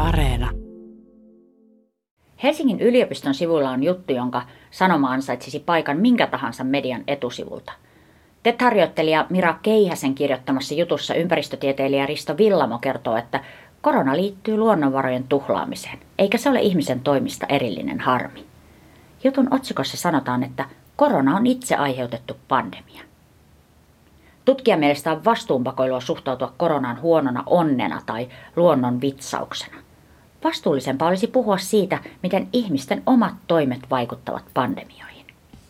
Areena. Helsingin yliopiston sivuilla on juttu, jonka sanoma ansaitsisi paikan minkä tahansa median etusivulta. TET-harjoittelija Mira Keihäsen kirjoittamassa jutussa ympäristötieteilijä Risto Villamo kertoo, että korona liittyy luonnonvarojen tuhlaamiseen, eikä se ole ihmisen toimista erillinen harmi. Jutun otsikossa sanotaan, että korona on itse aiheutettu pandemia. Tutkijan mielestä on vastuunpakoilua suhtautua koronaan huonona onnena tai luonnon vitsauksena. Vastuullisempaa olisi puhua siitä, miten ihmisten omat toimet vaikuttavat pandemioihin.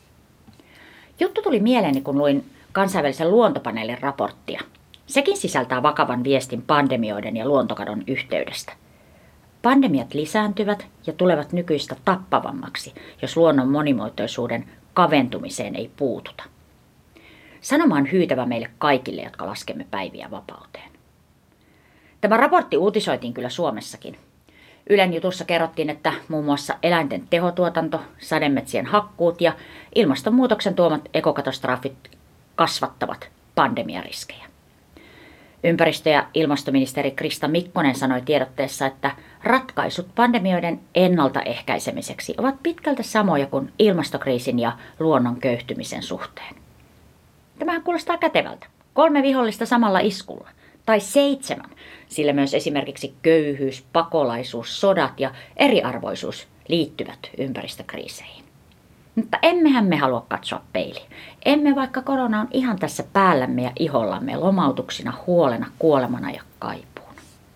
Juttu tuli mieleeni, kun luin kansainvälisen luontopaneelin raporttia. Sekin sisältää vakavan viestin pandemioiden ja luontokadon yhteydestä. Pandemiat lisääntyvät ja tulevat nykyistä tappavammaksi, jos luonnon monimuotoisuuden kaventumiseen ei puututa. Sanoma on hyytävä meille kaikille, jotka laskemme päiviä vapauteen. Tämä raportti uutisoitiin kyllä Suomessakin. Ylen jutussa kerrottiin, että muun muassa eläinten tehotuotanto, sademetsien hakkuut ja ilmastonmuutoksen tuomat ekokatastrofit kasvattavat pandemiariskejä. Ympäristö- ja ilmastoministeri Krista Mikkonen sanoi tiedotteessa, että ratkaisut pandemioiden ennaltaehkäisemiseksi ovat pitkälti samoja kuin ilmastokriisin ja luonnon köyhtymisen suhteen. Tämähän kuulostaa kätevältä. 3 vihollista samalla iskulla. Tai 7, sillä myös esimerkiksi köyhyys, pakolaisuus, sodat ja eriarvoisuus liittyvät ympäristökriiseihin. Mutta emmehän me halua katsoa peiliin. Emme, vaikka korona on ihan tässä päällämme ja ihollamme lomautuksina, huolena, kuolemana ja kaipuuna.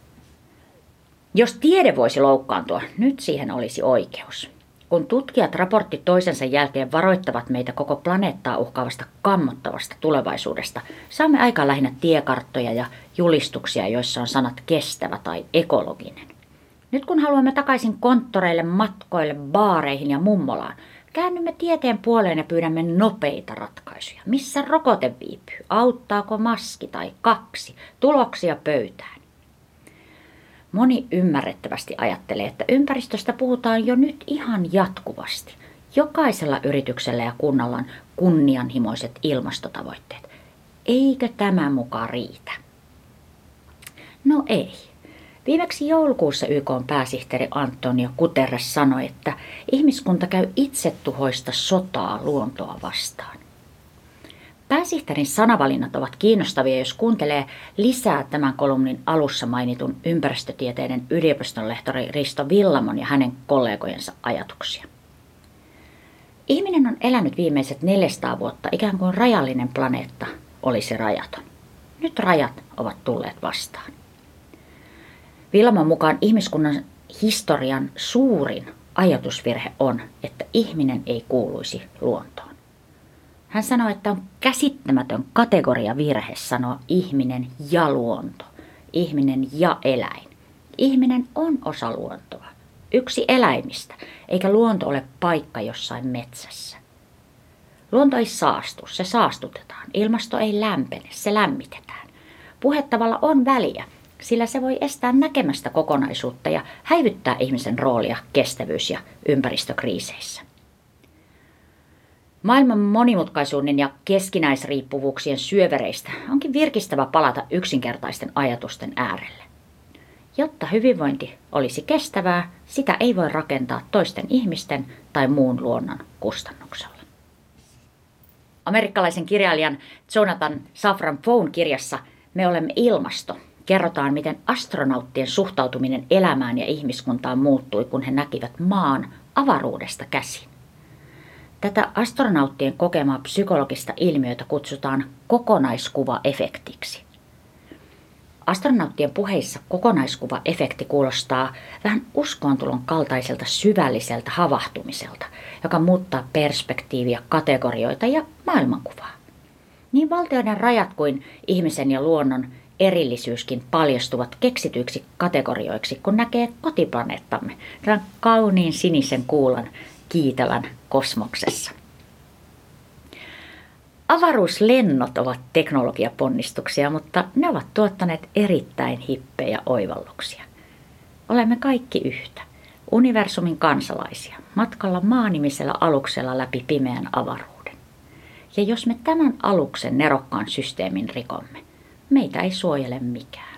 Jos tiede voisi loukkaantua, nyt siihen olisi oikeus. Kun tutkijat raportti toisensa jälkeen varoittavat meitä koko planeettaa uhkaavasta kammottavasta tulevaisuudesta, saamme aikaan lähinnä tiekarttoja ja julistuksia, joissa on sanat kestävä tai ekologinen. Nyt kun haluamme takaisin konttoreille, matkoille, baareihin ja mummolaan, käännymme tieteen puoleen ja pyydämme nopeita ratkaisuja. Missä rokote viipyy? Auttaako maski tai 2? Tuloksia pöytään. Moni ymmärrettävästi ajattelee, että ympäristöstä puhutaan jo nyt ihan jatkuvasti. Jokaisella yrityksellä ja kunnalla on kunnianhimoiset ilmastotavoitteet. Eikö tämä muka riitä? No ei. Viimeksi joulukuussa YK:n pääsihteeri Antonio Guterres sanoi, että ihmiskunta käy itsetuhoista sotaa luontoa vastaan. Pääsihteerin sanavalinnat ovat kiinnostavia, jos kuuntelee lisää tämän kolumnin alussa mainitun ympäristötieteiden yliopistonlehtori Risto Villamon ja hänen kollegojensa ajatuksia. Ihminen on elänyt viimeiset 400 vuotta ikään kuin rajallinen planeetta olisi rajaton. Nyt rajat ovat tulleet vastaan. Villamon mukaan ihmiskunnan historian suurin ajatusvirhe on, että ihminen ei kuuluisi luontoon. Hän sanoi, että on käsittämätön kategoriavirhe sanoa ihminen ja luonto, ihminen ja eläin. Ihminen on osa luontoa, yksi eläimistä, eikä luonto ole paikka jossain metsässä. Luonto ei saastu, se saastutetaan. Ilmasto ei lämpene, se lämmitetään. Puhetavalla on väliä, sillä se voi estää näkemästä kokonaisuutta ja häivyttää ihmisen roolia kestävyys- ja ympäristökriiseissä. Maailman monimutkaisuuden ja keskinäisriippuvuuksien syövereistä onkin virkistävä palata yksinkertaisten ajatusten äärelle. Jotta hyvinvointi olisi kestävää, sitä ei voi rakentaa toisten ihmisten tai muun luonnon kustannuksella. Amerikkalaisen kirjailijan Jonathan Safran Foern kirjassa Me olemme ilmasto kerrotaan, miten astronauttien suhtautuminen elämään ja ihmiskuntaan muuttui, kun he näkivät maan avaruudesta käsin. Tätä astronauttien kokemaa psykologista ilmiötä kutsutaan kokonaiskuvaefektiksi. Astronauttien puheissa kokonaiskuvaefekti kuulostaa vähän uskontulon kaltaiselta syvälliseltä havahtumiselta, joka muuttaa perspektiiviä, kategorioita ja maailmankuvaa. Niin valtioiden rajat kuin ihmisen ja luonnon erillisyyskin paljastuvat keksityiksi kategorioiksi, kun näkee kotiplaneettamme, tämän kauniin sinisen kuulan kiitävän kosmoksessa. Avaruuslennot ovat teknologiaponnistuksia, mutta ne ovat tuottaneet erittäin hippejä oivalluksia. Olemme kaikki yhtä, universumin kansalaisia, matkalla maanimisellä aluksella läpi pimeän avaruuden. Ja jos me tämän aluksen nerokkaan systeemin rikomme, meitä ei suojele mikään.